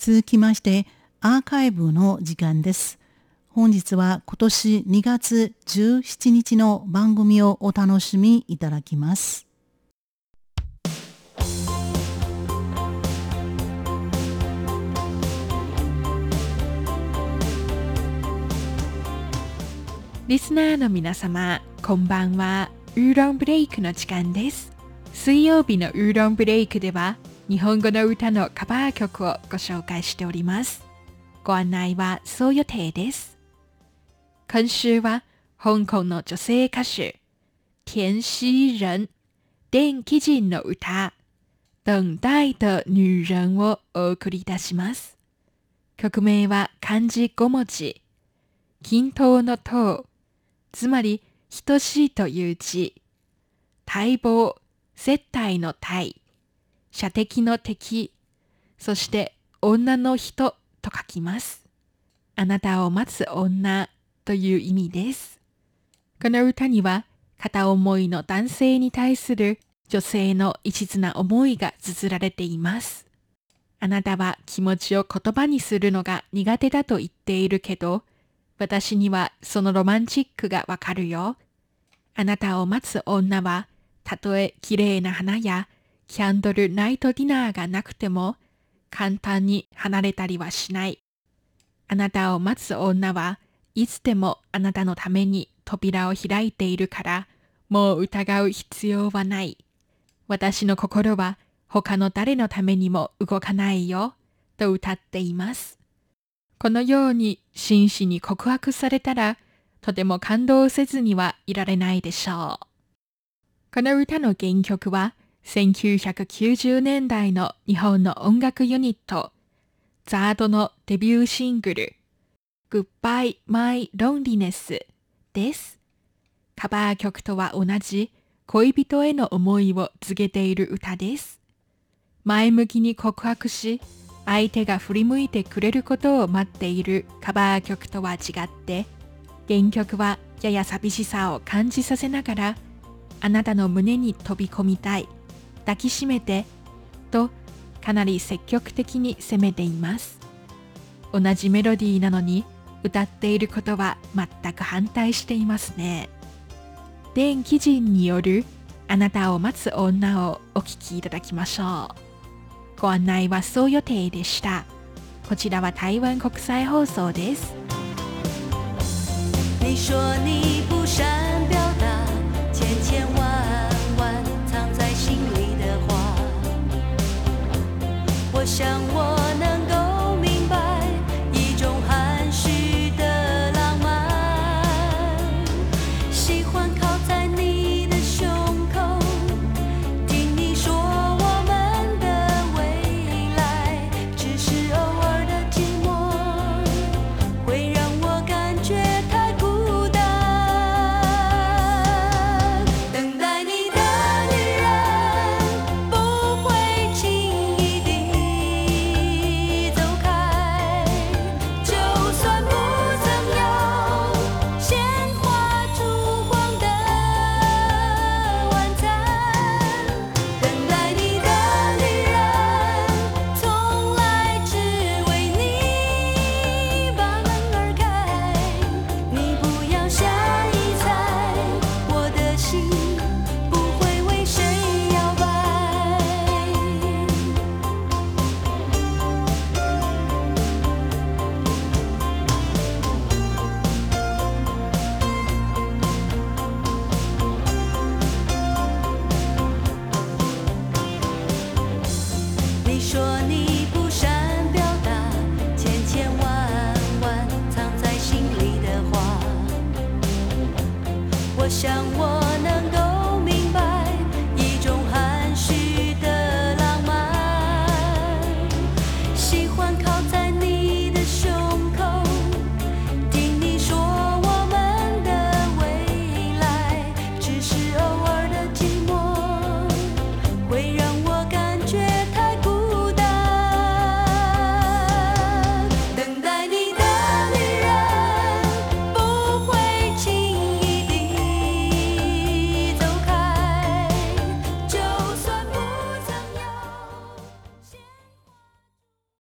続きましてアーカイブの時間です。本日は今年2月17日の番組をお楽しみいただきます。 リスナーの皆様、こんばんは。ウーロンブレイクの時間です。水曜日のウーロンブレイクでは日本語の歌のカバー曲をご紹介しております。ご案内はそう予定です。今週は香港の女性歌手田曦人電気人の歌等待的女人をお送りいたします。曲名は漢字5文字、均等の等、つまり等しいという字、待望、接待の待、射的の敵、そして女の人と書きます。あなたを待つ女という意味です。この歌には片思いの男性に対する女性の一途な思いが綴られています。あなたは気持ちを言葉にするのが苦手だと言っているけど、私にはそのロマンチックがわかるよ。あなたを待つ女は、たとえ綺麗な花やキャンドルナイトディナーがなくても、簡単に離れたりはしない。あなたを待つ女はいつでもあなたのために扉を開いているから、もう疑う必要はない。私の心は他の誰のためにも動かないよ、と歌っています。このように真摯に告白されたら、とても感動せずにはいられないでしょう。この歌の原曲は、1990年代の日本の音楽ユニット、ザードのデビューシングル、Goodbye My Loneliness です。カバー曲とは同じ恋人への思いを告げている歌です。前向きに告白し、相手が振り向いてくれることを待っているカバー曲とは違って、原曲はやや寂しさを感じさせながら、あなたの胸に飛び込みたい、抱きしめて、とかなり積極的に攻めています。同じメロディーなのに歌っていることは全く反対していますね。電気人によるあなたを待つ女をお聴きいただきましょう。ご案内はそう予定でした。こちらは台湾国際放送です。 你说你不善表达千千万万藏在心里的话，我想我能够明白一种含蓄的浪漫，喜欢靠在你的胸口，听你说我们的未来，只是偶尔的寂寞会让我感觉太孤单。等待你的女人不会轻易地走开，就算不曾有鲜花烛光的晚餐。等待你的女人从来只为你把门儿开，你不要下一猜，我的心不会为谁摇摆。你说你不善表达千千万万藏在心里的话，我想我能够明白一种含蓄的浪漫，喜欢